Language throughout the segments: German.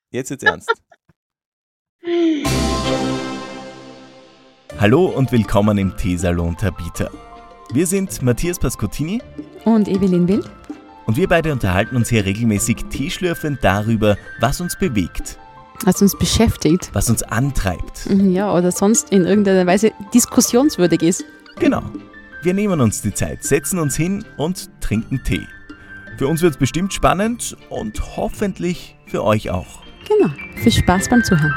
Jetzt ernst. Hallo und willkommen im Teesalon Tabita. Wir sind Matthias Pascottini und Evelyn Wild. Und wir beide unterhalten uns hier regelmäßig teeschlürfend darüber, was uns bewegt. Was uns beschäftigt. Was uns antreibt. Ja, oder sonst in irgendeiner Weise diskussionswürdig ist. Genau. Wir nehmen uns die Zeit, setzen uns hin und trinken Tee. Für uns wird es bestimmt spannend und hoffentlich für euch auch. Genau. Viel Spaß beim Zuhören.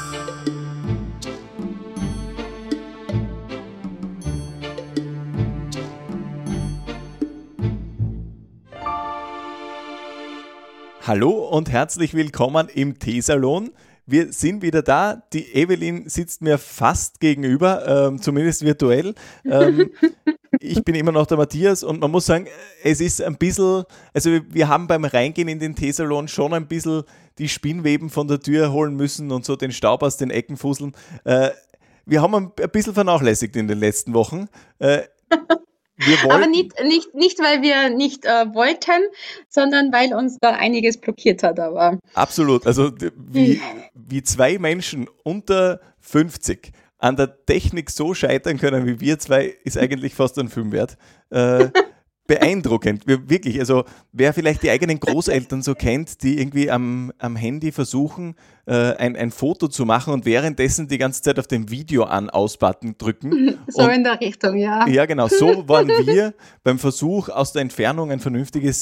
Hallo und herzlich willkommen im Teesalon. Wir sind wieder da. Die Evelyn sitzt mir fast gegenüber, zumindest virtuell. Ich bin immer noch der Matthias und man muss sagen, es ist ein bisschen, also wir haben beim Reingehen in den Teesalon schon ein bisschen die Spinnweben von der Tür holen müssen und so den Staub aus den Ecken fusseln. Wir haben ein bisschen vernachlässigt in den letzten Wochen. Aber nicht, weil wir nicht wollten, sondern weil uns da einiges blockiert hat. Aber absolut. Also wie zwei Menschen unter 50 an der Technik so scheitern können wie wir zwei, ist eigentlich fast ein Film wert. Beeindruckend, wirklich. Also wer vielleicht die eigenen Großeltern so kennt, die irgendwie am Handy versuchen, ein Foto zu machen und währenddessen die ganze Zeit auf den Video-An-Aus-Button drücken. So und in der Richtung, ja. Ja, genau. So waren wir beim Versuch, aus der Entfernung ein vernünftiges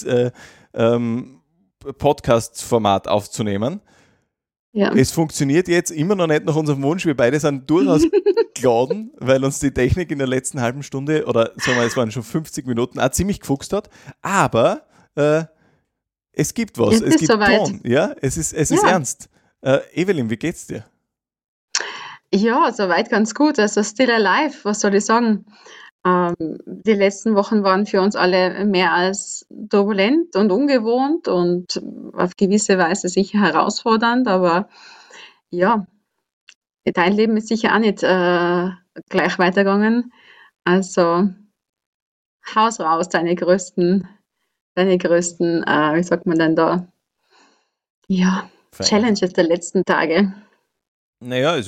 Podcast-Format aufzunehmen. Ja. Es funktioniert jetzt immer noch nicht nach unserem Wunsch. Wir beide sind durchaus geladen, weil uns die Technik in der letzten halben Stunde oder sagen wir, es waren schon 50 Minuten auch ziemlich gefuchst hat. Aber es gibt was. Es gibt Ton. Ja, es ist ernst. Evelyn, wie geht's dir? Ja, soweit ganz gut. Also still alive, was soll ich sagen? Die letzten Wochen waren für uns alle mehr als turbulent und ungewohnt und auf gewisse Weise sicher herausfordernd, aber ja, dein Leben ist sicher auch nicht gleich weitergegangen. Also haus raus, deine größten, wie sagt man denn da? Ja, Challenges der letzten Tage. Naja,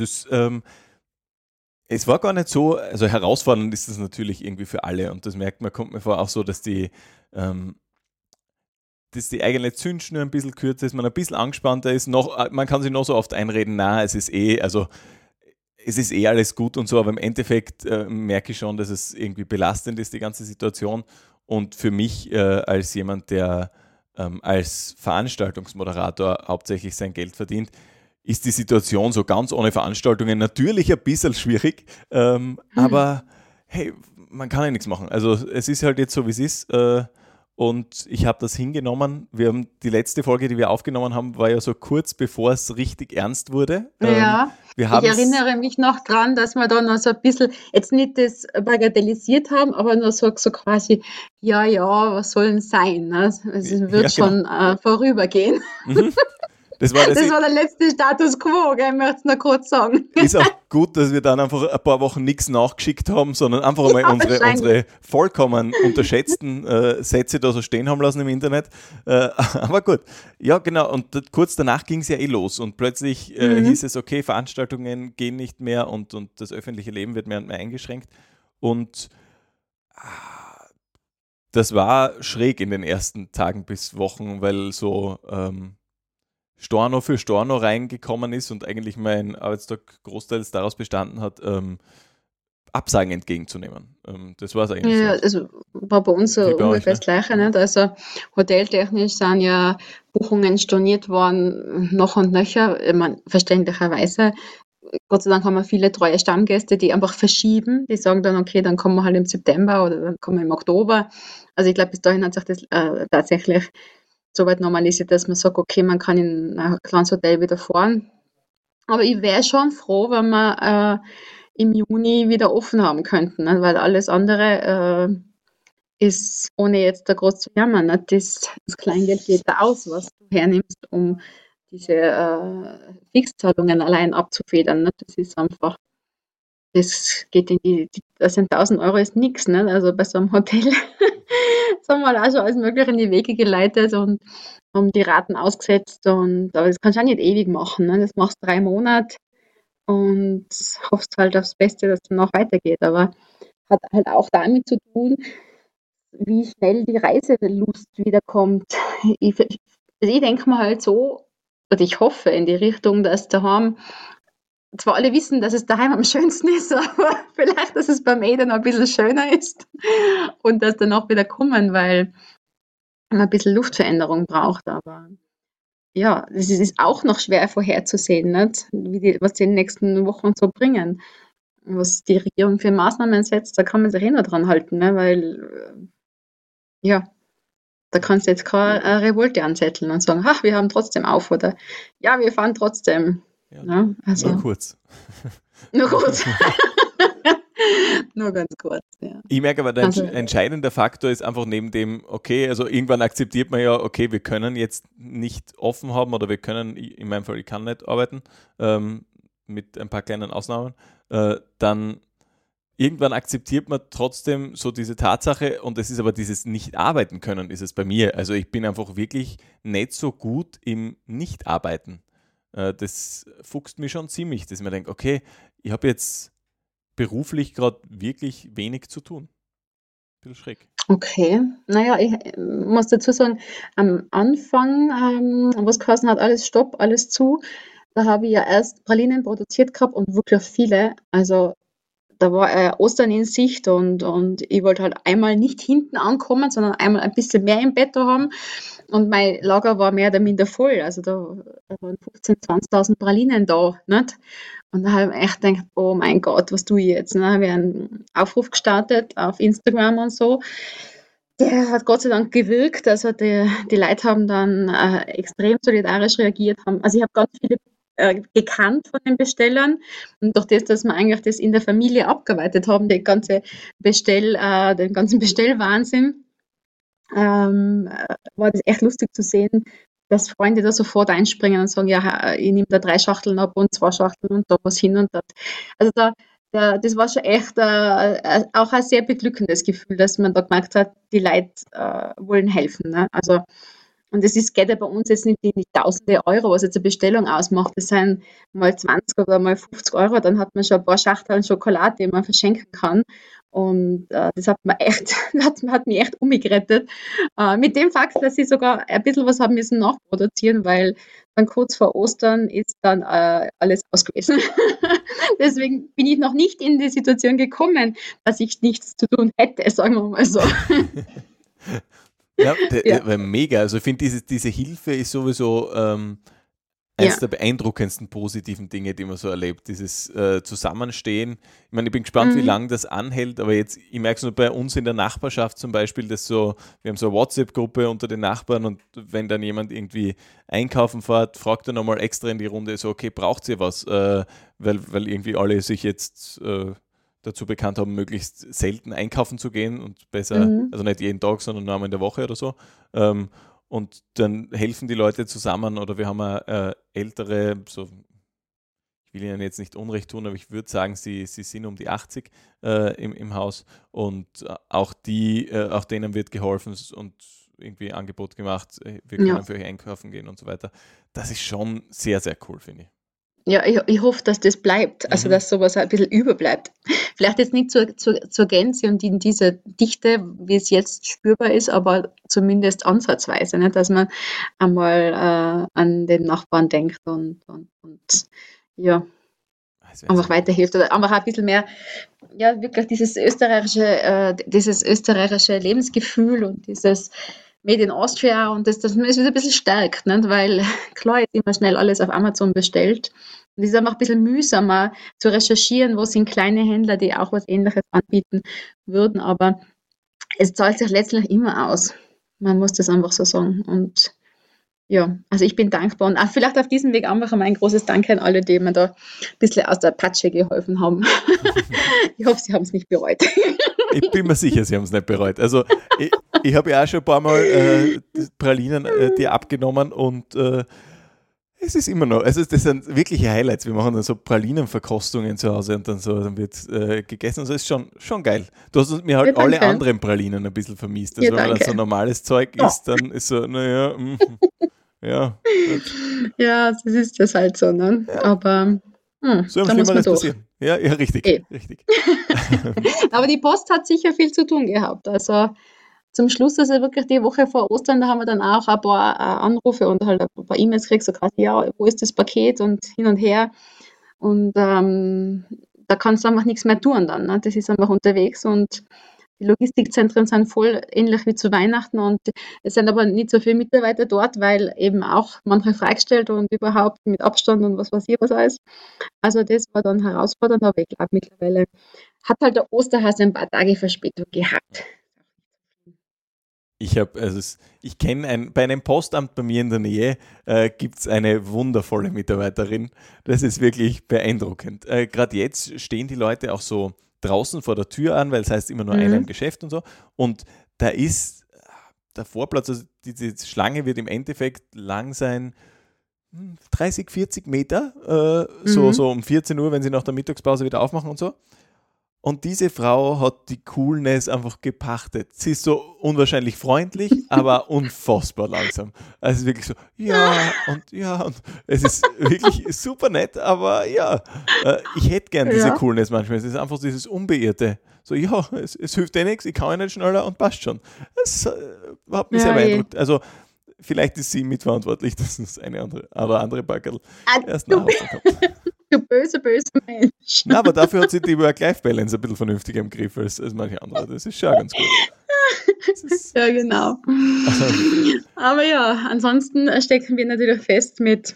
es war gar nicht so, also herausfordernd ist das natürlich irgendwie für alle und das merkt man, kommt mir vor, auch so, dass die eigene Zündschnur ein bisschen kürzer ist, man ein bisschen angespannter ist, man kann sich noch so oft einreden, es ist alles gut und so, aber im Endeffekt merke ich schon, dass es irgendwie belastend ist, die ganze Situation. Und für mich als jemand, der als Veranstaltungsmoderator hauptsächlich sein Geld verdient, ist die Situation so ganz ohne Veranstaltungen natürlich ein bisschen schwierig, aber hey, man kann ja nichts machen. Also es ist halt jetzt so, wie es ist und ich habe das hingenommen. Wir haben die letzte Folge, die wir aufgenommen haben, war ja so kurz bevor es richtig ernst wurde. Ja, ich erinnere mich noch dran, dass wir da noch so ein bisschen, jetzt nicht das bagatellisiert haben, aber nur so quasi, ja, was soll denn sein? Ne? Es wird schon vorübergehen. Mhm. Das war der letzte Status quo, ich möchte es noch kurz sagen. Ist auch gut, dass wir dann einfach ein paar Wochen nichts nachgeschickt haben, sondern einfach einmal unsere vollkommen unterschätzten Sätze da so stehen haben lassen im Internet. Aber gut, ja genau, und kurz danach ging es ja los und plötzlich hieß es, okay, Veranstaltungen gehen nicht mehr und das öffentliche Leben wird mehr und mehr eingeschränkt. Und das war schräg in den ersten Tagen bis Wochen, weil so Storno für Storno reingekommen ist und eigentlich mein Arbeitstag großteils daraus bestanden hat, Absagen entgegenzunehmen. Das war es eigentlich. Ja, also war bei uns so ungefähr das Gleiche. Nicht? Also hoteltechnisch sind ja Buchungen storniert worden, noch und nöcher. Ich meine, verständlicherweise. Gott sei Dank haben wir viele treue Stammgäste, die einfach verschieben. Die sagen dann, okay, dann kommen wir halt im September oder dann kommen wir im Oktober. Also ich glaube, bis dahin hat sich das tatsächlich so weit normalisiert, dass man sagt, okay, man kann in ein kleines Hotel wieder fahren. Aber ich wäre schon froh, wenn wir im Juni wieder offen haben könnten, ne? Weil alles andere ist, ohne jetzt da groß zu jammern, ne? Das Kleingeld geht da aus, was du hernimmst, um diese Fixzahlungen allein abzufedern. Ne? Das ist einfach das geht das sind 1.000 Euro ist nichts, ne? Also bei so einem Hotel sagen wir auch schon alles Mögliche in die Wege geleitet und haben die Raten ausgesetzt aber das kannst du auch nicht ewig machen, ne? Das machst 3 Monate und hoffst halt aufs Beste, dass es danach weitergeht. Aber hat halt auch damit zu tun, wie schnell die Reiselust wiederkommt. Ich denke mir halt so, oder ich hoffe in die Richtung, dass daheim zwar alle wissen, dass es daheim am schönsten ist, aber vielleicht, dass es beim dann noch ein bisschen schöner ist und dass danach wieder kommen, weil man ein bisschen Luftveränderung braucht. Aber ja, das ist auch noch schwer vorherzusehen, nicht? Was die nächsten Wochen so bringen. Was die Regierung für Maßnahmen setzt, da kann man sich noch dran halten, ne? Weil ja, da kannst du jetzt keine Revolte anzetteln und sagen, ach, wir haben trotzdem auf oder ja, wir fahren trotzdem. Ja, also, nur kurz. Nur kurz. Nur ganz kurz, ja. Ich merke aber, der entscheidende Faktor ist einfach neben dem, okay, also irgendwann akzeptiert man ja, okay, wir können jetzt nicht offen haben oder wir können, in meinem Fall, ich kann nicht arbeiten, mit ein paar kleinen Ausnahmen, dann irgendwann akzeptiert man trotzdem so diese Tatsache und es ist aber dieses Nicht-Arbeiten können, ist es bei mir. Also ich bin einfach wirklich nicht so gut im Nicht-Arbeiten. Das fuchst mich schon ziemlich, dass ich mir denke, okay, ich habe jetzt beruflich gerade wirklich wenig zu tun. Ein bisschen schräg. Okay, naja, ich muss dazu sagen, am Anfang, was geheißen hat, alles Stopp, alles zu, da habe ich ja erst Pralinen produziert gehabt und wirklich viele, also da war Ostern in Sicht und ich wollte halt einmal nicht hinten ankommen, sondern einmal ein bisschen mehr im Bett haben und mein Lager war mehr oder minder voll, also da waren 15.000, 20.000 Pralinen da, nicht? Und da habe ich echt gedacht, oh mein Gott, was tue ich jetzt? Und dann habe ich einen Aufruf gestartet auf Instagram und so. Der hat Gott sei Dank gewirkt. Also die Leute haben dann extrem solidarisch reagiert. Also ich habe ganz viele gekannt von den Bestellern. Und durch das, dass wir eigentlich das in der Familie abgearbeitet haben, den ganzen Bestellwahnsinn, war das echt lustig zu sehen, dass Freunde da sofort einspringen und sagen, ja, ich nehme da 3 Schachteln ab und 2 Schachteln und da was hin und das. Also das war schon echt auch ein sehr beglückendes Gefühl, dass man da gemerkt hat, die Leute wollen helfen. Ne? Also, und es geht ja bei uns jetzt nicht tausende Euro, was jetzt eine Bestellung ausmacht. Das sind mal 20 oder mal 50 Euro, dann hat man schon ein paar Schachteln Schokolade, die man verschenken kann. Und das hat mich echt umgerettet. Mit dem Fakt, dass ich sogar ein bisschen was haben müssen nachproduzieren, weil dann kurz vor Ostern ist dann alles aus gewesen. Deswegen bin ich noch nicht in die Situation gekommen, dass ich nichts zu tun hätte, sagen wir mal so. Ja, mega. Also ich finde, diese Hilfe ist sowieso eines der beeindruckendsten positiven Dinge, die man so erlebt. Dieses Zusammenstehen. Ich meine, ich bin gespannt, wie lange das anhält, aber jetzt, ich merke es nur bei uns in der Nachbarschaft zum Beispiel, dass wir haben so eine WhatsApp-Gruppe unter den Nachbarn und wenn dann jemand irgendwie einkaufen fährt, fragt er nochmal extra in die Runde, so, okay, braucht ihr was? Weil irgendwie alle sich jetzt dazu bekannt haben, möglichst selten einkaufen zu gehen und besser, also nicht jeden Tag, sondern nur einmal in der Woche oder so. Und dann helfen die Leute zusammen oder wir haben eine ältere, so, ich will ihnen jetzt nicht Unrecht tun, aber ich würde sagen, sie sind um die 80 im Haus und auch denen wird geholfen und irgendwie Angebot gemacht, wir können für euch einkaufen gehen und so weiter. Das ist schon sehr, sehr cool, finde ich. Ja, ich hoffe, dass das bleibt, also dass sowas ein bisschen überbleibt. Vielleicht jetzt nicht zur Gänze und in dieser Dichte, wie es jetzt spürbar ist, aber zumindest ansatzweise, ne? Dass man einmal an den Nachbarn denkt und ja, einfach weiterhilft oder einfach ein bisschen mehr, ja, wirklich dieses österreichische Lebensgefühl und dieses Made in Austria und das man ist wieder ein bisschen stärkt, nicht? Weil klar ist immer schnell alles auf Amazon bestellt und es ist einfach ein bisschen mühsamer zu recherchieren, wo sind kleine Händler, die auch was Ähnliches anbieten würden, aber es zahlt sich letztlich immer aus. Man muss das einfach so sagen und ja, also ich bin dankbar und auch vielleicht auf diesem Weg einfach ein großes Danke an alle, die mir da ein bisschen aus der Patsche geholfen haben. Ich hoffe, sie haben es nicht bereut. Ich bin mir sicher, sie haben es nicht bereut. Also ich habe ja auch schon ein paar Mal Pralinen dir abgenommen und Es ist immer noch, also das sind wirkliche Highlights. Wir machen dann so Pralinenverkostungen zu Hause und dann wird gegessen. Also ist schon geil. Du hast mir halt alle anderen Pralinen ein bisschen vermisst. Also wenn man dann so normales Zeug isst, dann ist so, naja, ja. Ja, das ist das halt so, ne? Ja. Aber so ein Schlimmeres passieren. Ja, richtig. Aber die Post hat sicher viel zu tun gehabt. Also zum Schluss, also wirklich die Woche vor Ostern, da haben wir dann auch ein paar Anrufe und halt ein paar E-Mails gekriegt, so quasi, ja, wo ist das Paket und hin und her. Und da kannst du einfach nichts mehr tun dann. Ne? Das ist einfach unterwegs und die Logistikzentren sind voll ähnlich wie zu Weihnachten und es sind aber nicht so viele Mitarbeiter dort, weil eben auch manche freigestellt und überhaupt mit Abstand und was weiß ich was alles. Also das war dann herausfordernd, aber ich glaube mittlerweile hat halt der Osterhase ein paar Tage Verspätung gehabt. Ich kenne bei einem Postamt bei mir in der Nähe, gibt es eine wundervolle Mitarbeiterin. Das ist wirklich beeindruckend. Gerade jetzt stehen die Leute auch so draußen vor der Tür an, weil es heißt immer nur einer im Geschäft und so. Und da ist der Vorplatz, also diese Schlange wird im Endeffekt lang sein, 30, 40 Meter, so um 14 Uhr, wenn sie nach der Mittagspause wieder aufmachen und so. Und diese Frau hat die Coolness einfach gepachtet. Sie ist so unwahrscheinlich freundlich, aber unfassbar langsam. Also wirklich so, und es ist wirklich super nett, aber ich hätte gern diese Coolness manchmal. Es ist einfach dieses Unbeirrte. So, es hilft eh nichts, ich kann ja nicht schneller und passt schon. Das hat mich sehr beeindruckt. Also vielleicht ist sie mitverantwortlich, dass das eine oder andere Backerl erst nach Hause kommt. Du böse Mensch. Na, aber dafür hat sie die Work-Life-Balance ein bisschen vernünftiger im Griff als manche andere. Das ist schon ganz gut. Ja, genau. Aber ja, ansonsten stecken wir natürlich fest mit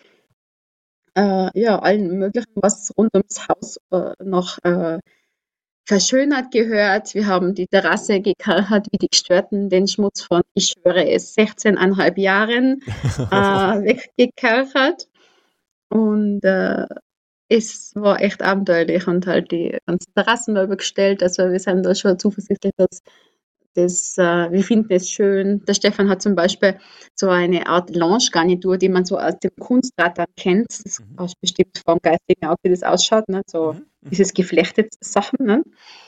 allen möglichen, was rund ums Haus noch verschönert gehört. Wir haben die Terrasse gekarrt wie die Gestörten, den Schmutz von, ich schwöre es, 16,5 Jahren weggekarrt. Und es war echt abenteuerlich und halt die ganzen Terrassenmöbel gestellt. Also wir sind da schon zuversichtlich, dass wir finden es schön. Der Stefan hat zum Beispiel so eine Art Lounge-Garnitur, die man so aus dem Kunstdraht dann kennt. Das ist bestimmt vom geistigen Auge, wie das ausschaut. Ne? So dieses geflechtete Sachen. Ne?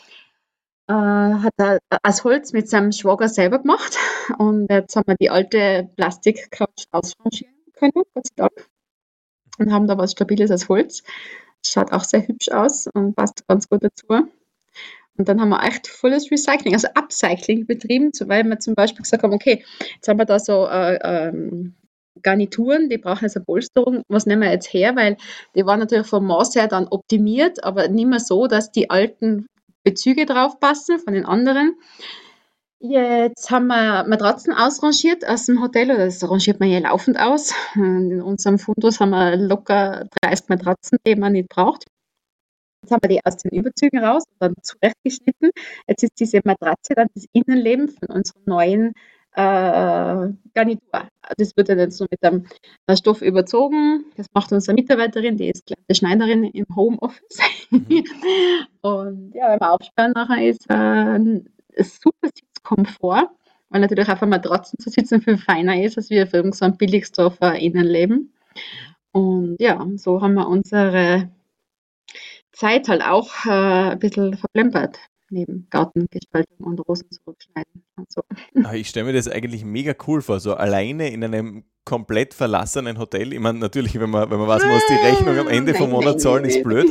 Hat er aus Holz mit seinem Schwager selber gemacht. Und jetzt haben wir die alte Plastik-Couch ausrangieren können, Gott sei Dank. Und haben da was Stabiles als Holz. Schaut auch sehr hübsch aus und passt ganz gut dazu. Und dann haben wir echt volles Recycling, also Upcycling betrieben, weil wir zum Beispiel gesagt haben, okay, jetzt haben wir da so Garnituren, die brauchen jetzt eine Polsterung. Was nehmen wir jetzt her? Weil die waren natürlich vom Maß her dann optimiert, aber nicht mehr so, dass die alten Bezüge drauf passen von den anderen. Jetzt haben wir Matratzen ausrangiert aus dem Hotel, oder das rangiert man ja laufend aus. In unserem Fundus haben wir locker 30 Matratzen, die man nicht braucht. Jetzt haben wir die aus den Überzügen raus und dann zurechtgeschnitten. Jetzt ist diese Matratze dann das Innenleben von unserer neuen Garnitur. Das wird dann so mit einem Stoff überzogen. Das macht unsere Mitarbeiterin, die ist kleine Schneiderin im Homeoffice. Und ja, wenn wir aufsperren nachher ist ein super Sitzkomfort, weil natürlich auf einer Matratzen zu sitzen viel feiner ist, als wir für so ein Billigstoffer Innenleben. Und ja, so haben wir unsere Zeit halt auch ein bisschen verplempert, neben Gartengestaltung und Rosen zurückschneiden und so. Ich stelle mir das eigentlich mega cool vor, so alleine in einem komplett verlassenen Hotel. Ich meine, natürlich, wenn man weiß, man muss die Rechnung am Ende vom Monat zahlen, ist blöd,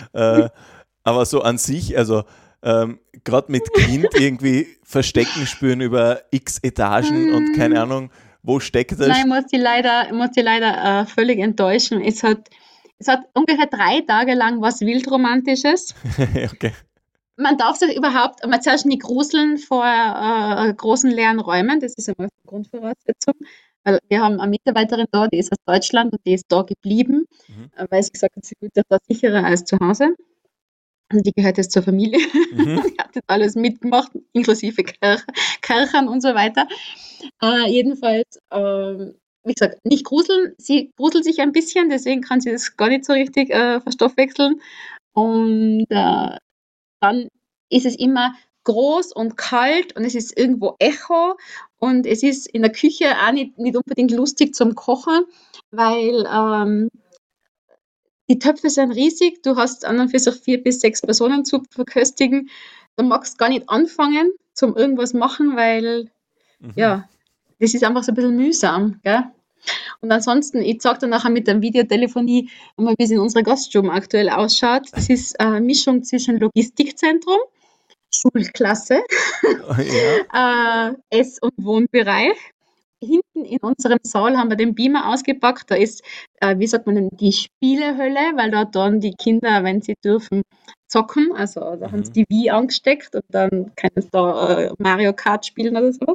aber so an sich, also gerade mit Kind irgendwie Verstecken spüren über x Etagen und keine Ahnung, wo steckt das? Nein, ich muss die leider völlig enttäuschen. Es hat ungefähr 3 Tage lang was Wildromantisches. Okay. Man darf sich überhaupt, man zuerst nicht gruseln vor großen leeren Räumen, das ist einmal eine Grundvoraussetzung. Weil wir haben eine Mitarbeiterin da, die ist aus Deutschland und die ist da geblieben, weil sie gesagt hat, sie fühlt sich da sicherer als zu Hause. Und die gehört jetzt zur Familie. Die hat jetzt alles mitgemacht, inklusive Kerchern und so weiter. Jedenfalls, wie gesagt, nicht gruseln. Sie gruselt sich ein bisschen, deswegen kann sie das gar nicht so richtig verstoffwechseln. Und dann ist es immer groß und kalt und es ist irgendwo Echo und es ist in der Küche auch nicht unbedingt lustig zum Kochen, weil die Töpfe sind riesig, du hast an und für sich 4 bis 6 Personen zu verköstigen. Du magst gar nicht anfangen zum irgendwas machen, weil ja, das ist einfach so ein bisschen mühsam, gell? Und ansonsten, ich zeige dann nachher mit der Videotelefonie einmal, wie es in unserer Gaststube aktuell ausschaut. Das ist eine Mischung zwischen Logistikzentrum, Schulklasse, Ess- und Wohnbereich. Hinten in unserem Saal haben wir den Beamer ausgepackt. Da ist, wie sagt man denn, die Spielehölle, weil da dann die Kinder, wenn sie dürfen, zocken. Also da haben sie die Wii angesteckt und dann können sie da Mario Kart spielen oder so.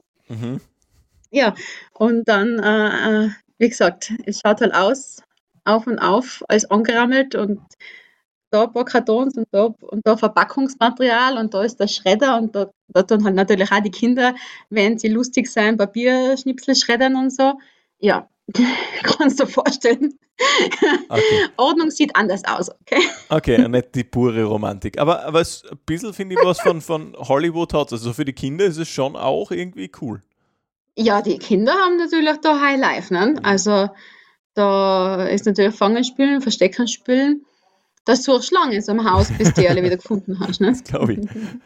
Ja, und dann, wie gesagt, es schaut halt auf und auf, alles angerammelt und da ein paar Kartons und da Verpackungsmaterial und da ist der Schredder und da tun halt natürlich auch die Kinder, wenn sie lustig sein, Papierschnipsel schreddern und so. Ja, kannst du dir vorstellen. Okay. Ordnung sieht anders aus, okay? Okay, nicht die pure Romantik. Aber ein bisschen, finde ich, was von Hollywood hat. Also für die Kinder ist es schon auch irgendwie cool. Ja, die Kinder haben natürlich da High Life, ne? Also da ist natürlich Fangen spielen, Verstecken spielen. Da suchst du lange in so einem Haus, bis du die alle wieder gefunden hast, ne? Das glaube ich.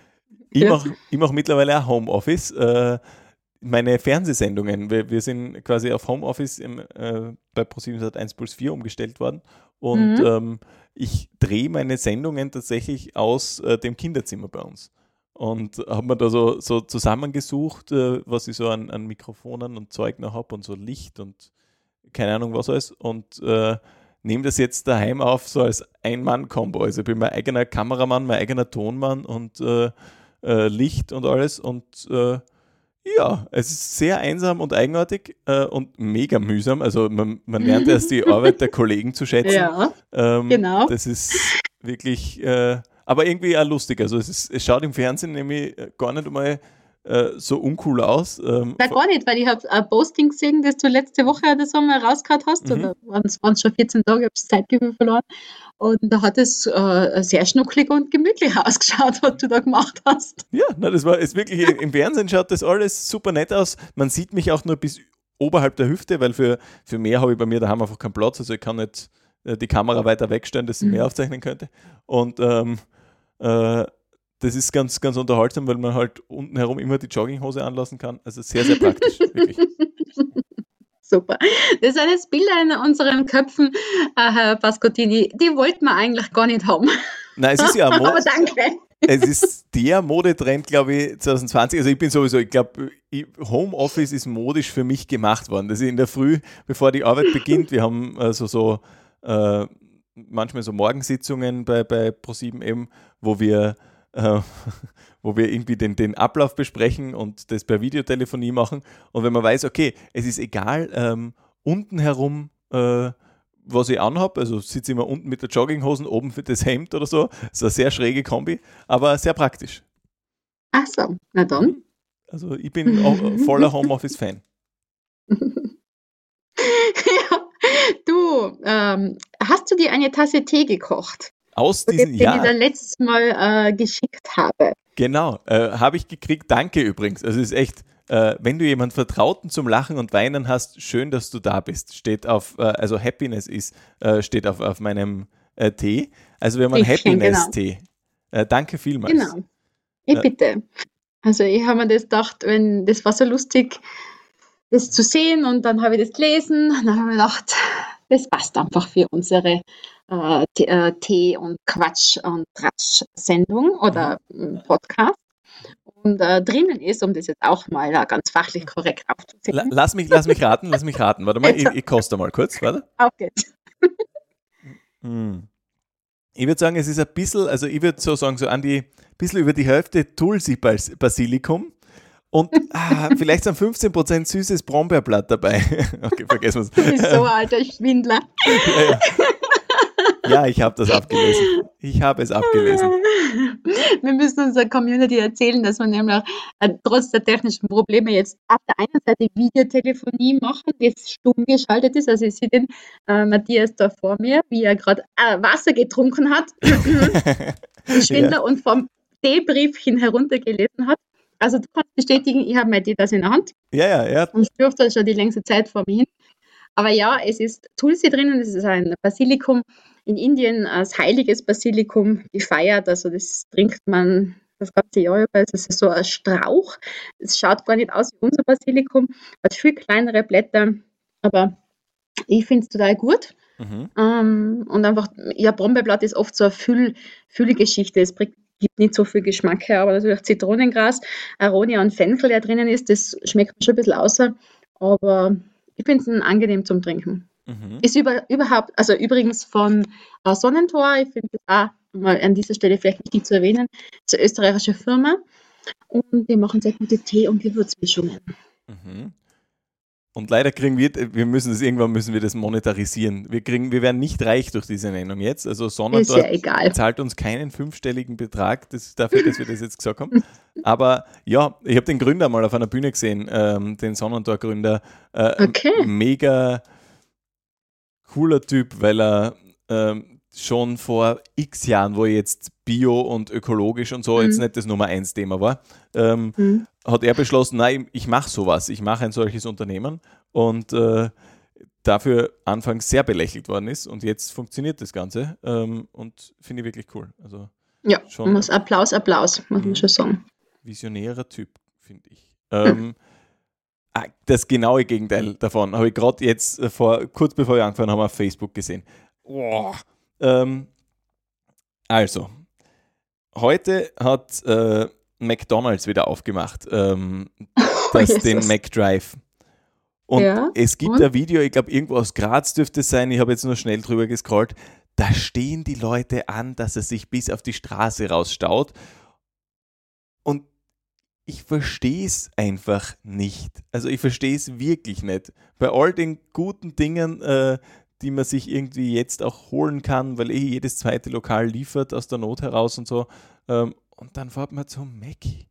Ich mach mittlerweile auch Homeoffice. Meine Fernsehsendungen, wir sind quasi auf Homeoffice bei ProSieben Sat.1 Puls 4 umgestellt worden und ich drehe meine Sendungen tatsächlich aus dem Kinderzimmer bei uns. Und habe mir da so zusammengesucht, was ich so an Mikrofonen und Zeug noch habe und so Licht und keine Ahnung was alles. Und nehme das jetzt daheim auf, so als Ein-Mann-Kombo. Also ich bin mein eigener Kameramann, mein eigener Tonmann und Licht und alles. Und ja, es ist sehr einsam und eigenartig und mega mühsam. Also man lernt erst die Arbeit der Kollegen zu schätzen. Ja, genau. Das ist wirklich... aber irgendwie auch lustig. Also es schaut im Fernsehen nämlich gar nicht einmal so uncool aus. Nein, gar nicht, weil ich habe ein Posting gesehen, das du letzte Woche oder so mal rausgehauen hast, oder waren es schon 14 Tage, ich habe das Zeitgefühl verloren. Und da hat es sehr schnucklig und gemütlich ausgeschaut, was du da gemacht hast. Ja, das war es wirklich, im Fernsehen schaut das alles super nett aus. Man sieht mich auch nur bis oberhalb der Hüfte, weil für mehr habe ich bei mir daheim einfach keinen Platz. Also ich kann nicht die Kamera weiter wegstellen, dass ich mehr aufzeichnen könnte. Und das ist ganz, ganz unterhaltsam, weil man halt unten herum immer die Jogginghose anlassen kann. Also sehr, sehr praktisch, wirklich. Super. Das sind jetzt Bilder in unseren Köpfen, Herr Pascottini, die wollten wir eigentlich gar nicht haben. Nein, es ist ja ein Aber danke. Es ist der Modetrend, glaube ich, 2020. Also ich glaube, Homeoffice ist modisch für mich gemacht worden. Das ist in der Früh, bevor die Arbeit beginnt, wir haben manchmal so Morgensitzungen bei ProSieben eben, wo wir irgendwie den Ablauf besprechen und das per Videotelefonie machen. Und wenn man weiß, okay, es ist egal, unten herum, was ich anhabe, also sitze ich immer unten mit der Jogginghosen, oben für das Hemd oder so. Das ist eine sehr schräge Kombi, aber sehr praktisch. Ach so, na dann. Also ich bin auch voller Homeoffice-Fan. Ja, du, hast du dir eine Tasse Tee gekocht? Aus diesem Jahr. Den ich dann letztes Mal geschickt habe. Genau, habe ich gekriegt. Danke übrigens. Also es ist echt, wenn du jemanden Vertrauten zum Lachen und Weinen hast, schön, dass du da bist. Steht auf, also Happiness steht auf meinem Tee. Also wir haben einen Happiness-Tee. Danke vielmals. Genau, bitte. Also ich habe mir das gedacht, das war so lustig, das zu sehen und dann habe ich das gelesen und dann habe ich mir gedacht, das passt einfach für unsere Tee- und Quatsch- und Tratsch-Sendung oder Podcast. Und drinnen ist, um das jetzt auch mal ganz fachlich korrekt aufzuzählen. Lass mich raten. Warte mal, ich koste mal kurz. Warte. Auf geht's. Ich würde sagen, es ist ein bisschen, also ich würde so sagen, so an die, bisschen über die Hälfte Tulsi-Basilikum. Und vielleicht sind 15% süßes Brombeerblatt dabei. Okay, vergessen wir es. Du bist so ein alter Schwindler. Ja, ich habe das abgelesen. Ich habe es abgelesen. Wir müssen unserer Community erzählen, dass wir nämlich trotz der technischen Probleme jetzt auf der einen Seite Videotelefonie machen, das stumm geschaltet ist. Also ich sehe den Matthias da vor mir, wie er gerade Wasser getrunken hat. Schwindler. Ja. Und D-Briefchen heruntergelesen hat. Also du kannst bestätigen, ich habe mein D-Das in der Hand. Ja. Und ich dürfte das schon die längste Zeit vor mir hin. Aber ja, es ist Tulsi drinnen, es ist ein Basilikum in Indien als heiliges Basilikum gefeiert. Also das trinkt man das ganze Jahr über. Es ist so ein Strauch. Es schaut gar nicht aus wie unser Basilikum, hat viel kleinere Blätter, aber ich finde es total gut. Und einfach, ja, Brombeerblatt ist oft so eine Füllgeschichte. Es gibt nicht so viel Geschmack her, aber natürlich Zitronengras, Aronia und Fenchel, der drinnen ist, das schmeckt mir schon ein bisschen außer. Aber ich finde es angenehm zum Trinken. Ist überhaupt, also übrigens von Sonnentor, ich finde das auch mal an dieser Stelle vielleicht wichtig zu erwähnen, ist eine österreichische Firma und die machen sehr gute Tee- und Gewürzmischungen. Und leider irgendwann müssen wir das monetarisieren. Wir werden nicht reich durch diese Nennung jetzt. Also Sonnentor zahlt uns keinen 5-stelligen Betrag dafür, dass wir das jetzt gesagt haben. Aber ja, ich habe den Gründer mal auf einer Bühne gesehen, den Sonnentor-Gründer. Mega cooler Typ, weil er schon vor x Jahren, wo jetzt Bio und ökologisch und so jetzt nicht das Nummer 1 Thema war, hat er beschlossen, nein, ich mache sowas, ich mache ein solches Unternehmen und dafür anfangs sehr belächelt worden ist und jetzt funktioniert das Ganze und finde ich wirklich cool. Also ja, Applaus, muss man schon sagen. Visionärer Typ, finde ich. Das genaue Gegenteil davon habe ich gerade jetzt kurz bevor wir angefangen haben, auf Facebook gesehen. Also, heute hat McDonald's wieder aufgemacht, den McDrive. Und es gibt ein Video, ich glaube irgendwo aus Graz dürfte es sein, ich habe jetzt nur schnell drüber gescrollt, da stehen die Leute an, dass er sich bis auf die Straße rausstaut. Und ich verstehe es einfach nicht. Also ich verstehe es wirklich nicht. Bei all den guten Dingen, die man sich irgendwie jetzt auch holen kann, weil jedes zweite Lokal liefert aus der Not heraus und so. Und dann fährt man zum Mackie.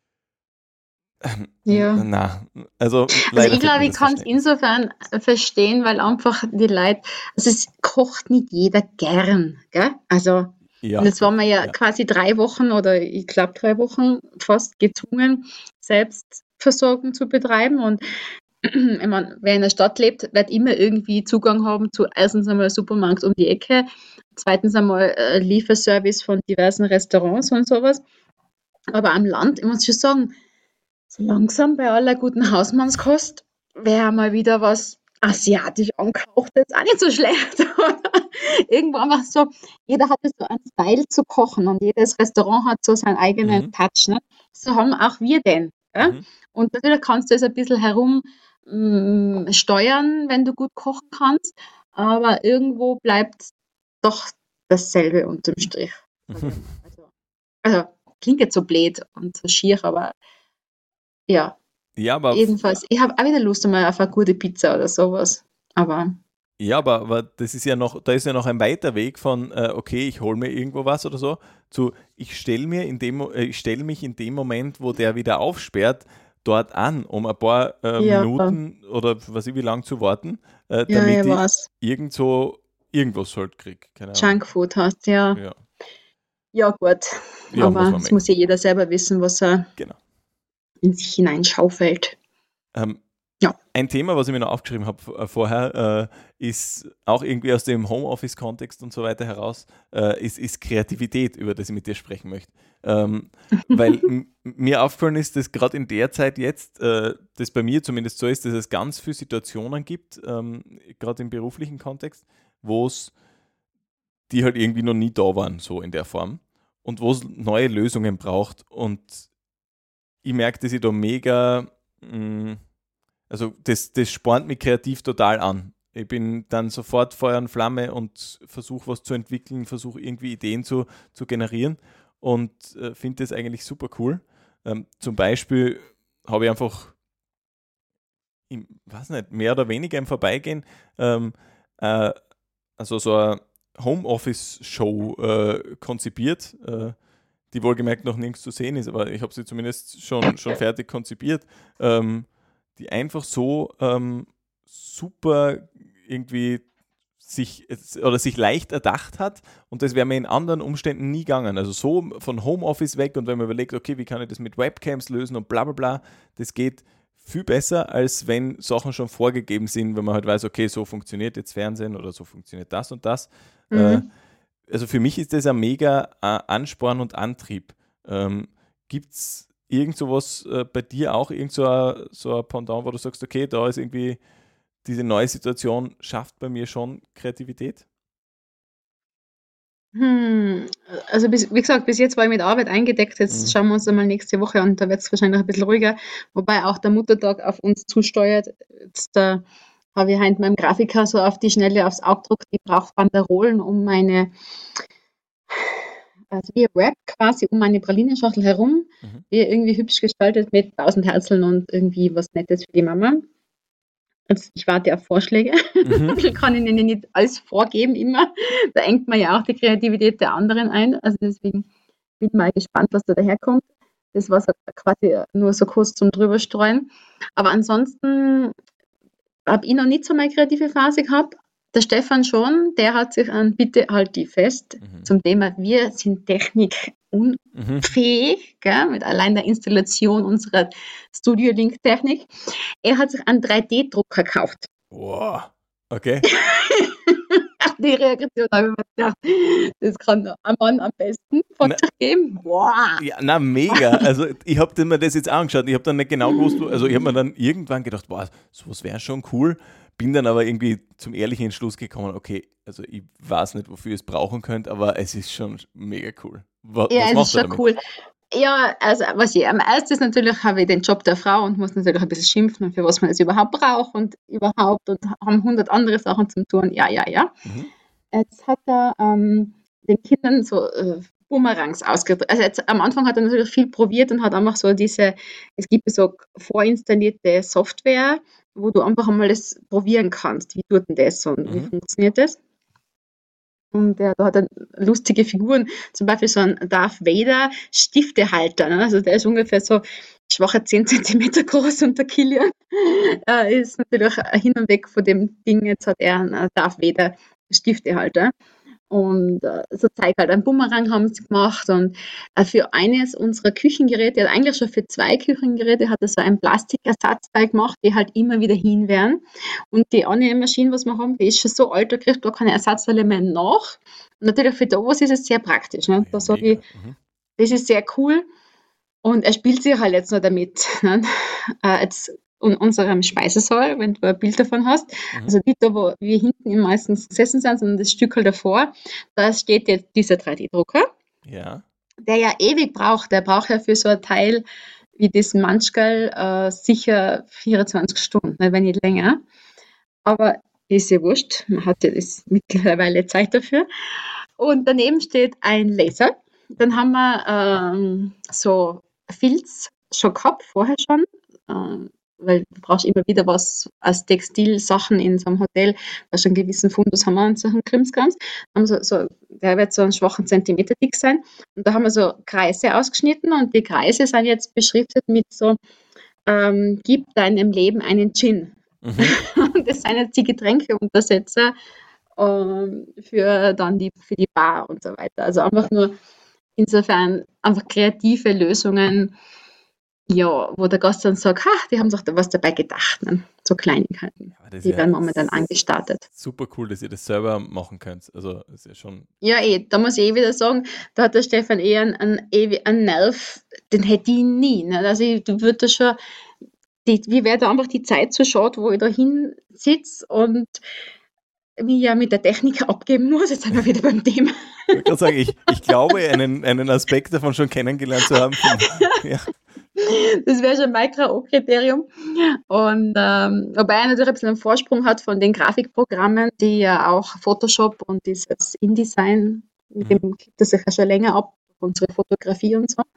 Also ich glaube, ich kann es insofern verstehen, weil einfach die Leute, also es kocht nicht jeder gern, gell? Also und jetzt waren wir quasi 3 Wochen oder ich glaube 3 Wochen fast gezwungen, Selbstversorgung zu betreiben und ich meine, wer in der Stadt lebt, wird immer irgendwie Zugang haben zu erstens einmal Supermarkt um die Ecke, zweitens einmal Lieferservice von diversen Restaurants und sowas. Aber am Land, ich muss schon sagen, so langsam bei aller guten Hausmannskost wäre mal wieder was asiatisch angehauchtes auch nicht so schlecht. Irgendwo einfach so, jeder hat so einen Style zu kochen und jedes Restaurant hat so seinen eigenen Touch. Ne? So haben auch wir den. Ja? Und natürlich kannst du es ein bisschen herum steuern, wenn du gut kochen kannst, aber irgendwo bleibt doch dasselbe unterm Strich. Also klingt jetzt so blöd und so schier, aber ja, aber jedenfalls, ich habe auch wieder Lust einmal auf eine gute Pizza oder sowas, aber das ist ja noch, da ist ja noch ein weiter Weg von, okay, ich hole mir irgendwo was oder so, zu, ich stelle mich in dem Moment, wo der wieder aufsperrt, dort an, um ein paar Minuten oder wie lange zu warten, damit ich irgendwas halt kriege. Junkfood hast, ja. Ja, gut. Aber das muss ja jeder selber wissen, was er in sich hineinschaufelt. Ein Thema, was ich mir noch aufgeschrieben habe vorher, ist auch irgendwie aus dem Homeoffice-Kontext und so weiter heraus, ist Kreativität, über das ich mit dir sprechen möchte. Weil mir aufgefallen ist, dass gerade in der Zeit jetzt, das bei mir zumindest so ist, dass es ganz viele Situationen gibt, gerade im beruflichen Kontext, die halt irgendwie noch nie da waren, so in der Form, und wo es neue Lösungen braucht. Und ich merke, dass ich da mega... Also das spornt mich kreativ total an. Ich bin dann sofort Feuer und Flamme und versuche was zu entwickeln, versuche irgendwie Ideen zu generieren und finde das eigentlich super cool. Zum Beispiel habe ich einfach, mehr oder weniger im Vorbeigehen also so eine Homeoffice-Show konzipiert, die wohlgemerkt noch nirgends zu sehen ist, aber ich habe sie zumindest schon fertig konzipiert, die einfach so super irgendwie sich leicht erdacht hat und das wäre mir in anderen Umständen nie gegangen. Also so von Homeoffice weg und wenn man überlegt, okay, wie kann ich das mit Webcams lösen und bla bla bla, das geht viel besser, als wenn Sachen schon vorgegeben sind, wenn man halt weiß, okay, so funktioniert jetzt Fernsehen oder so funktioniert das und das. Also für mich ist das ein mega Ansporn und Antrieb. Gibt es irgend sowas bei dir auch, irgend so ein Pendant, wo du sagst, okay, da ist irgendwie diese neue Situation, schafft bei mir schon Kreativität? Also wie gesagt, bis jetzt war ich mit Arbeit eingedeckt, jetzt schauen wir uns einmal nächste Woche an, da wird es wahrscheinlich ein bisschen ruhiger, wobei auch der Muttertag auf uns zusteuert. Jetzt habe ich heute meinem Grafiker so auf die Schnelle aufs Auge gedruckt, ich brauche Banderolen um meine, also wie ein Wrap quasi um meine Pralinenschachtel herum, die irgendwie hübsch gestaltet mit 1000 Herzeln und irgendwie was Nettes für die Mama. Also ich warte auf Vorschläge. Ich kann Ihnen nicht alles vorgeben immer. Da engt man ja auch die Kreativität der anderen ein. Also deswegen bin ich mal gespannt, was da daherkommt. Das war so quasi nur so kurz zum Drüberstreuen. Aber ansonsten habe ich noch nicht so meine kreative Phase gehabt. Der Stefan schon, der hat sich an bitte halt die fest zum Thema, wir sind technikunfähig, mit allein der Installation unserer Studio-Link-Technik. Er hat sich einen 3D-Drucker gekauft. Wow, okay. Die Reaktion habe ich mir gedacht, das kann ein Mann am besten von sich geben. Wow. Ja, na mega. Also ich habe mir das jetzt angeschaut, ich habe dann nicht genau gewusst, also ich habe mir dann irgendwann gedacht, wow, sowas wäre schon cool. Bin dann aber irgendwie zum ehrlichen Entschluss gekommen, okay, also ich weiß nicht, wofür ihr es brauchen könnt, aber es ist schon mega cool. Was es ist schon cool. Ja, also was ich am erstes natürlich habe ich den Job der Frau und muss natürlich ein bisschen schimpfen, für was man es überhaupt braucht und überhaupt und haben 100 andere Sachen zum tun. Ja. Jetzt hat er den Kindern so Boomerangs ausgedrückt. Also jetzt, am Anfang hat er natürlich viel probiert und hat einfach so es gibt so vorinstallierte Software, wo du einfach einmal das probieren kannst. Wie tut denn das und wie funktioniert das? Und da hat er lustige Figuren, zum Beispiel so ein Darth Vader Stiftehalter. Ne? Also der ist ungefähr so schwache 10 cm groß und der Kilian ist natürlich hin und weg von dem Ding. Jetzt hat er einen Darth Vader Stiftehalter. Und so Zeug halt, einen Bumerang haben sie gemacht und für eines unserer Küchengeräte, also eigentlich schon für 2 Küchengeräte, hat er so ein Plastikersatzteil gemacht, die halt immer wieder hinwären. Und die andere Maschine, was wir haben, die ist schon so alt, da kriegt gar keine Ersatzteile mehr nach. Und natürlich für das ist es sehr praktisch. Ne? Da sage ich, das ist sehr cool. Und er spielt sich halt jetzt noch damit. Ne? Jetzt in unserem Speisesaal, wenn du ein Bild davon hast, also nicht da, wo wir hinten meistens gesessen sind, sondern das Stück halt davor, da steht jetzt dieser 3D-Drucker, der ja ewig braucht. Der braucht ja für so ein Teil wie das Manchgal sicher 24 Stunden, wenn nicht länger. Aber ist ja wurscht, man hat ja das mittlerweile Zeit dafür. Und daneben steht ein Laser. Dann haben wir so Filz schon gehabt, vorher schon, weil du brauchst immer wieder was als Textilsachen in so einem Hotel, weil schon einen gewissen Fundus haben wir an solchen Krimskrams. Der wird so einen schwachen Zentimeter dick sein. Und da haben wir so Kreise ausgeschnitten und die Kreise sind jetzt beschriftet mit so, gib deinem Leben einen Gin. Und das sind jetzt die Getränkeuntersetzer für die Bar und so weiter. Also einfach nur insofern einfach kreative Lösungen, ja, wo der Gast dann sagt, die haben sich da was dabei gedacht. Ne? So Kleinigkeiten, die werden momentan angestartet. Super cool, dass ihr das selber machen könnt. Also ist ja schon. Ja, da muss ich wieder sagen, da hat der Stefan einen Nerv, den hätte ich nie. Ne? Also du würdest schon, wie wäre da einfach die Zeit so schade, wo ich da hinsitze und wie ich mit der Technik abgeben muss. Jetzt sind wir wieder beim Thema. Ich kann sagen, ich glaube, einen Aspekt davon schon kennengelernt zu haben. Ja. Das wäre schon mein K.O.-Kriterium. Und wobei er natürlich ein bisschen einen Vorsprung hat von den Grafikprogrammen, die ja auch Photoshop und dieses InDesign, mit dem gibt es sich ja schon länger ab, unsere Fotografie und so.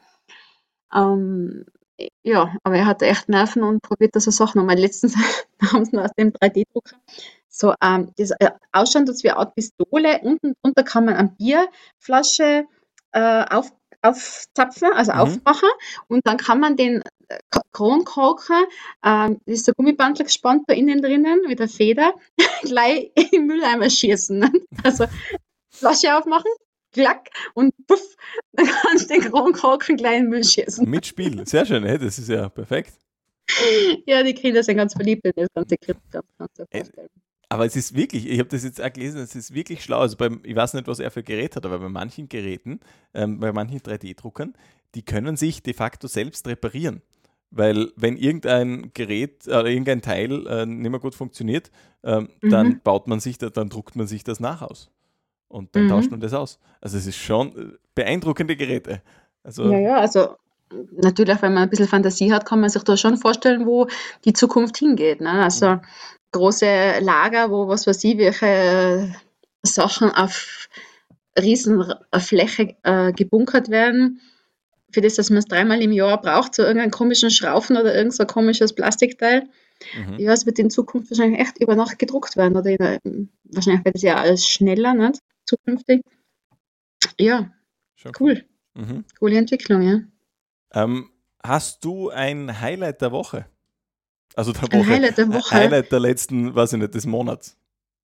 Ja, aber er hat echt Nerven und probiert da so Sachen. Und letztens haben sie noch aus dem 3D-Drucker so das ausschaut, als wie eine Art Pistole. Unten drunter kann man eine Bierflasche aufzapfen, also aufmachen, und dann kann man den Kronkorken, ist der Gummibandel gespannt da innen drinnen mit der Feder, gleich im Mülleimer schießen. Ne? Also Flasche aufmachen, klack, und puff, dann kannst du den Kronkorken gleich in den Müll schießen. Mit Spiel, sehr schön, das ist ja perfekt. Ja, die Kinder sind ganz verliebt in das ganze Skript. Aber es ist wirklich, ich habe das jetzt auch gelesen, es ist wirklich schlau. Also ich weiß nicht, was er für Gerät hat, aber bei manchen Geräten, bei manchen 3D-Druckern, die können sich de facto selbst reparieren. Weil wenn irgendein Gerät oder irgendein Teil nicht mehr gut funktioniert, dann druckt man sich das nach aus. Und dann tauscht man das aus. Also es ist schon beeindruckende Geräte. Also natürlich, wenn man ein bisschen Fantasie hat, kann man sich da schon vorstellen, wo die Zukunft hingeht. Ne? Also große Lager, wo was weiß ich, welche Sachen auf riesen Fläche gebunkert werden, für das, dass man es 3-mal im Jahr braucht, so irgendeinen komischen Schraufen oder irgend so ein komisches Plastikteil. Ja, es wird in Zukunft wahrscheinlich echt über Nacht gedruckt werden. Oder wahrscheinlich wird es ja alles schneller, nicht? Zukünftig. Ja, schon cool. Coole Entwicklung, ja. Hast du ein Highlight der Woche? Also der Woche. Ein Highlight der Woche? Highlight der letzten, weiß ich nicht, des Monats.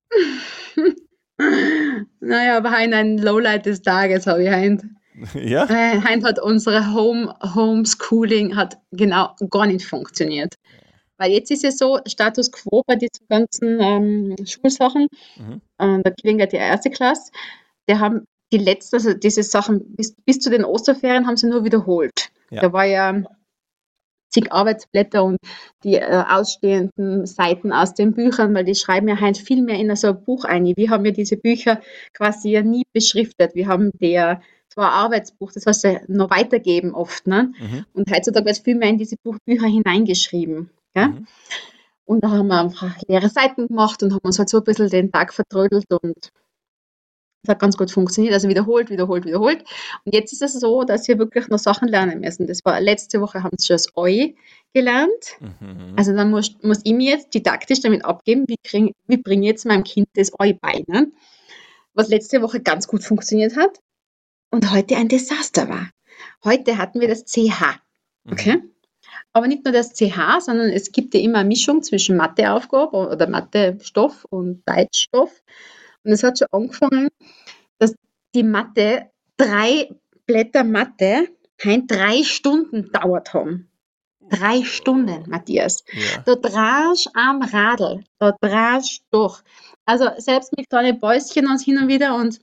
Naja, aber ein Lowlight des Tages habe ich heint. Ja? Heint hat unsere Homeschooling hat genau gar nicht funktioniert. Weil jetzt ist es so, Status Quo bei diesen ganzen Schulsachen, da klingt die erste Klasse, die haben die letzten, also diese Sachen bis zu den Osterferien haben sie nur wiederholt. Ja. Da war ja zig Arbeitsblätter und die ausstehenden Seiten aus den Büchern, weil die schreiben ja heute viel mehr in so ein Buch ein. Wir haben ja diese Bücher quasi ja nie beschriftet. Wir haben es war ein Arbeitsbuch, das was sie noch weitergeben oft. Ne? Und heutzutage wird viel mehr in diese Bücher hineingeschrieben. Ja? Und da haben wir einfach leere Seiten gemacht und haben uns halt so ein bisschen den Tag vertrödelt und das hat ganz gut funktioniert, also wiederholt. Und jetzt ist es so, dass wir wirklich noch Sachen lernen müssen. Das war letzte Woche, haben sie schon das Eu gelernt. Also dann muss ich mir jetzt didaktisch damit abgeben, wie bringe ich jetzt meinem Kind das Eu bei. Ne? Was letzte Woche ganz gut funktioniert hat und heute ein Desaster war. Heute hatten wir das CH. Okay? Aber nicht nur das CH, sondern es gibt ja immer eine Mischung zwischen Matheaufgabe oder Mathestoff und Deutschstoff. Und es hat schon angefangen, dass die Mathe, 3 Blätter Mathe, 3 Stunden dauert haben. 3 Stunden, Matthias. Ja. Da drehst am Radl, da drehst durch. Also selbst mit kleinen Bäuschen und hin und wieder und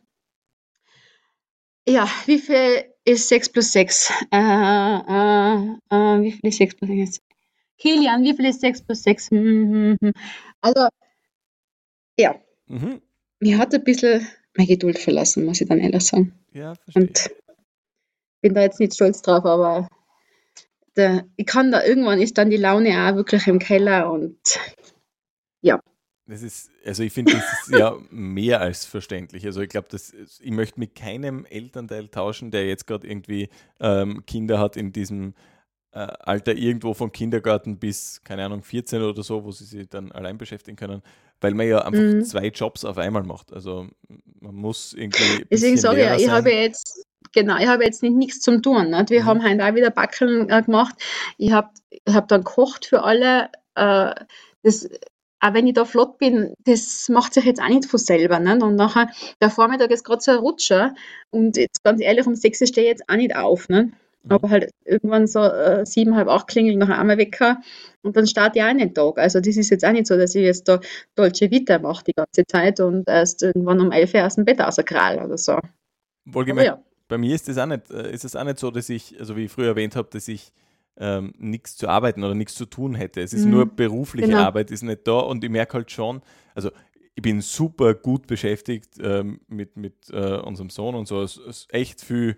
ja, wie viel ist 6 plus 6? Wie viel ist 6 plus 6? Kilian, wie viel ist 6 plus 6? Also, ja. Mir hat ein bisschen meine Geduld verlassen, muss ich dann ehrlich sagen. Ja, verstehe. Und bin da jetzt nicht stolz drauf, aber irgendwann ist dann die Laune auch wirklich im Keller und ja. Ich finde, das ist ja mehr als verständlich. Also ich glaube, ich möchte mit keinem Elternteil tauschen, der jetzt gerade irgendwie Kinder hat in diesem Alter irgendwo von Kindergarten bis, keine Ahnung, 14 oder so, wo sie sich dann allein beschäftigen können, weil man ja einfach 2 Jobs auf einmal macht. Also man muss irgendwie deswegen sage ich, ich habe jetzt nichts zum Tun. Nicht? Wir haben heute auch wieder Backen gemacht. Ich hab dann gekocht für alle. Auch wenn ich da flott bin, das macht sich jetzt auch nicht von selber. Nicht? Und nachher, der Vormittag ist gerade so ein Rutscher und jetzt ganz ehrlich, um 6 Uhr stehe ich jetzt auch nicht auf. Nicht? Aber halt irgendwann so 7, halb 8 klingelt nachher einmal Wecker und dann starte ich auch in den Tag. Also das ist jetzt auch nicht so, dass ich jetzt da Dolce Vita mache die ganze Zeit und erst irgendwann um 11 Uhr aus dem Bett rauskrall oder so. Wohlgemerkt, bei mir ist es auch nicht so, dass ich, also wie ich früher erwähnt habe, dass ich nichts zu arbeiten oder nichts zu tun hätte. Es ist nur berufliche Arbeit, ist nicht da und ich merke halt schon, also ich bin super gut beschäftigt mit unserem Sohn und so. Es ist echt viel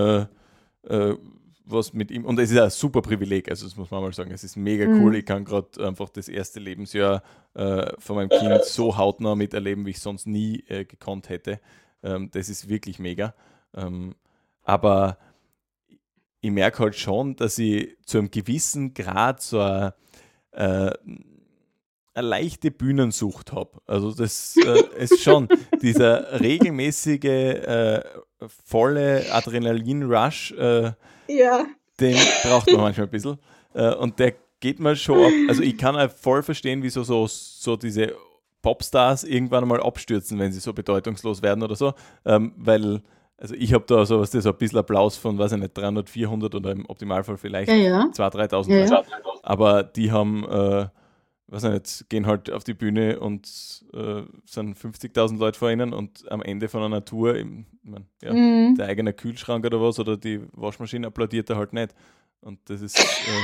was mit ihm, und es ist ein super Privileg, also das muss man mal sagen, es ist mega cool, ich kann gerade einfach das erste Lebensjahr von meinem Kind so hautnah miterleben, wie ich sonst nie gekonnt hätte. Das ist wirklich mega. Aber ich merke halt schon, dass ich zu einem gewissen Grad so eine leichte Bühnensucht habe. Also das ist schon dieser regelmäßige volle Adrenalin-Rush, Ja. den braucht man manchmal ein bisschen. Und der geht mal schon ab. Also ich kann auch voll verstehen, wieso so diese Popstars irgendwann einmal abstürzen, wenn sie so bedeutungslos werden oder so. Weil, also ich habe da so ein bisschen Applaus von, weiß ich nicht, 300, 400 oder im Optimalfall vielleicht 2.000, 3.000. Ja. Aber die haben, weiß ich nicht, gehen halt auf die Bühne und sind 50.000 Leute vor ihnen und am Ende von einer Tour, der eigene Kühlschrank oder was oder die Waschmaschine applaudiert er halt nicht. Und das ist,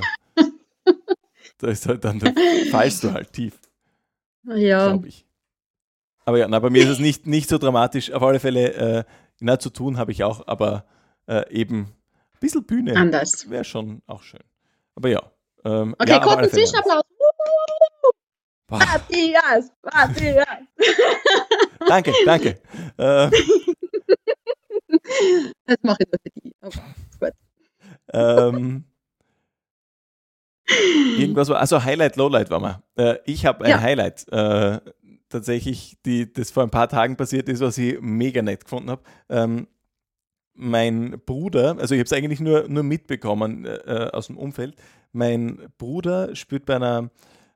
da ist halt dann, da fallst du halt tief. Ja. Glaube ich. Aber ja, bei mir ist es nicht so dramatisch. Auf alle Fälle, zu tun habe ich auch, aber eben ein bisschen Bühne anders wäre schon auch schön. Aber ja. Okay, kurzen Zwischenapplaus. Matthias. Danke. Das mache ich nur für die. Okay, gut. Irgendwas war, also Highlight, Lowlight war mal. Ich habe ein Highlight, tatsächlich, das vor ein paar Tagen passiert ist, was ich mega nett gefunden habe. Mein Bruder, also ich habe es eigentlich nur mitbekommen aus dem Umfeld, mein Bruder spielt bei einer,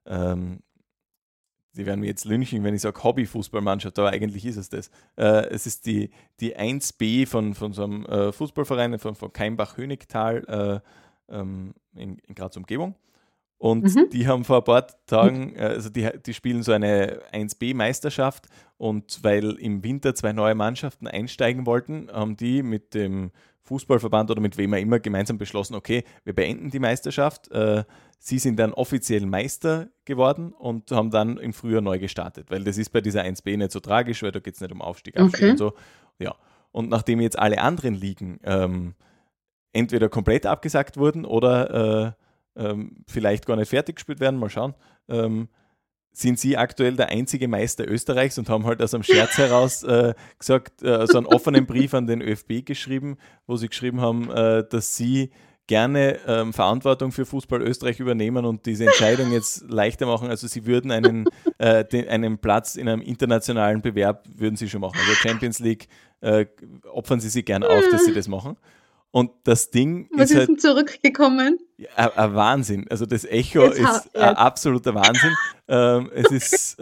die werden mir jetzt lynchen, wenn ich sage Hobbyfußballmannschaft, aber eigentlich ist es das. Es ist die 1B von so einem Fußballverein von Keimbach-Hönigtal in Graz Umgebung. Und die haben vor ein paar Tagen, also die spielen so eine 1B-Meisterschaft und weil im Winter 2 neue Mannschaften einsteigen wollten, haben die mit dem Fußballverband oder mit wem auch immer gemeinsam beschlossen, okay, wir beenden die Meisterschaft. Sie sind dann offiziell Meister geworden und haben dann im Frühjahr neu gestartet, weil das ist bei dieser 1B nicht so tragisch, weil da geht es nicht um Aufstieg, Abstieg und so. Ja. Und nachdem jetzt alle anderen Ligen entweder komplett abgesagt wurden oder vielleicht gar nicht fertig gespielt werden, mal schauen, sind sie aktuell der einzige Meister Österreichs und haben halt aus einem Scherz heraus gesagt, so einen offenen Brief an den ÖFB geschrieben, wo sie geschrieben haben, dass sie gerne Verantwortung für Fußball Österreich übernehmen und diese Entscheidung jetzt leichter machen. Also sie würden einen Platz in einem internationalen Bewerb würden sie schon machen. Also Champions League opfern sie sich gern auf, dass sie das machen. Und das Ding Was ist denn zurückgekommen? Ein Wahnsinn. Also das Echo ist ein absoluter Wahnsinn. Es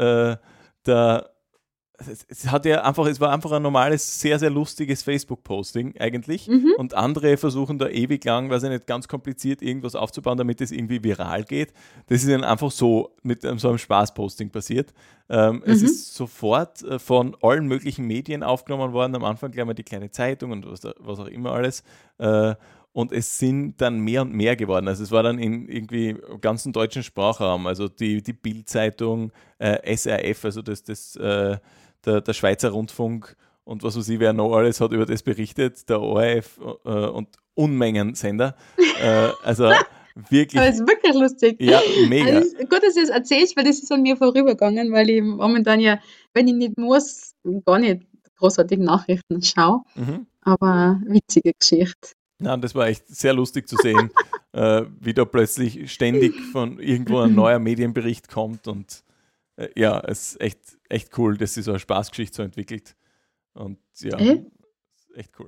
war einfach ein normales, sehr, sehr lustiges Facebook-Posting eigentlich. Und andere versuchen da ewig lang, weiß ich nicht, ganz kompliziert irgendwas aufzubauen, damit es irgendwie viral geht. Das ist dann einfach so mit so einem Spaß-Posting passiert. Es ist sofort von allen möglichen Medien aufgenommen worden. Am Anfang gleich mal die kleine Zeitung und was auch immer alles. Und es sind dann mehr und mehr geworden. Also es war dann in irgendwie ganzen deutschen Sprachraum. Also die Bild-Zeitung, SRF, also der Schweizer Rundfunk und was weiß ich, wer noch alles hat über das berichtet, der ORF und Unmengen Sender. Also wirklich. Aber es ist wirklich lustig. Ja, mega. Also gut, dass du es erzählst, weil das ist an mir vorübergegangen, weil ich momentan ja, wenn ich nicht muss, gar nicht großartig Nachrichten schaue. Aber witzige Geschichte. Nein, das war echt sehr lustig zu sehen, wie da plötzlich ständig von irgendwo ein neuer Medienbericht kommt und ja, es ist echt cool, dass sie so eine Spaßgeschichte so entwickelt. Und ja, echt cool.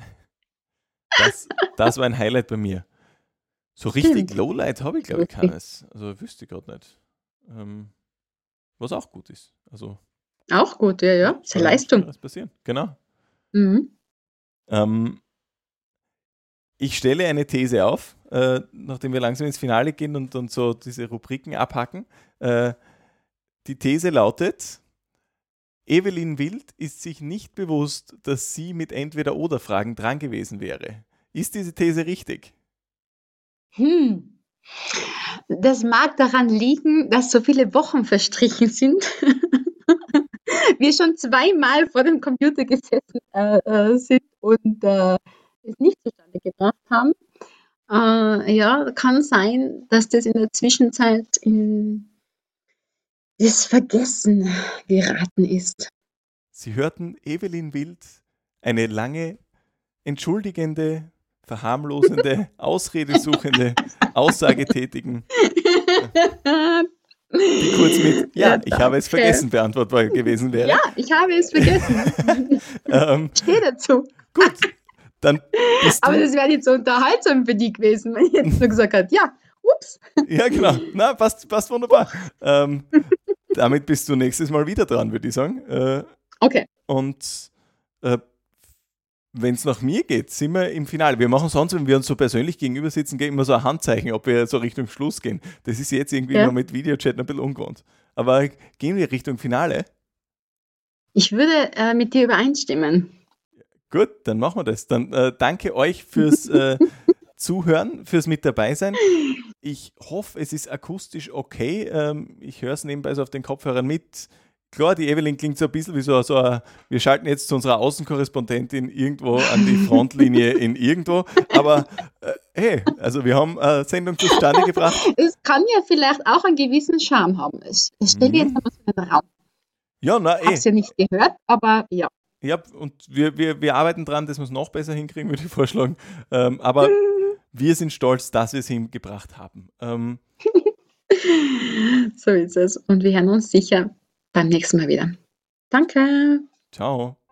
Das war ein Highlight bei mir. So richtig Lowlight habe ich, glaube ich, keines. Also wüsste ich gerade nicht. Was auch gut ist. Also, auch gut, ja. Das ist eine Leistung. Was passieren. Genau. Ich stelle eine These auf, nachdem wir langsam ins Finale gehen und so diese Rubriken abhacken. Die These lautet, Evelyn Wild ist sich nicht bewusst, dass sie mit Entweder-Oder-Fragen dran gewesen wäre. Ist diese These richtig? Das mag daran liegen, dass so viele Wochen verstrichen sind. Wir schon 2-mal vor dem Computer gesessen sind und es nicht zustande gebracht haben. Ja, kann sein, dass das in der Zwischenzeit in das Vergessen geraten ist. Sie hörten Evelyn Wild, eine lange, entschuldigende, verharmlosende, ausredesuchende, Aussage tätigen, die kurz mit ich habe es vergessen beantwortbar gewesen wäre. Ja, ich habe es vergessen. Steh dazu. Gut, dann bist du... Aber das wäre nicht so unterhaltsam für die gewesen, wenn ich jetzt so gesagt hätte, ja, ups. Ja, genau. Na, passt wunderbar. Damit bist du nächstes Mal wieder dran, würde ich sagen. Okay. Und wenn es nach mir geht, sind wir im Finale. Wir machen sonst, wenn wir uns so persönlich gegenüber sitzen, immer so ein Handzeichen, ob wir so Richtung Schluss gehen. Das ist jetzt irgendwie noch mit Videochat ein bisschen ungewohnt. Aber gehen wir Richtung Finale? Ich würde mit dir übereinstimmen. Gut, dann machen wir das. Dann danke euch fürs Zuhören, fürs mit dabei sein. Ich hoffe, es ist akustisch okay. Ich höre es nebenbei so auf den Kopfhörern mit. Klar, die Evelyn klingt so ein bisschen wie so wir schalten jetzt zu unserer Außenkorrespondentin irgendwo an die Frontlinie in irgendwo, aber hey, also wir haben eine Sendung zustande gebracht. Es kann ja vielleicht auch einen gewissen Charme haben. Es steht jetzt einmal so in den Raum. Ja, na, Ich habe es ja nicht gehört, aber ja. Ja, und wir arbeiten dran, dass wir es noch besser hinkriegen, würde ich vorschlagen. Aber wir sind stolz, dass wir es hingebracht haben. So ist es. Und wir hören uns sicher beim nächsten Mal wieder. Danke. Ciao.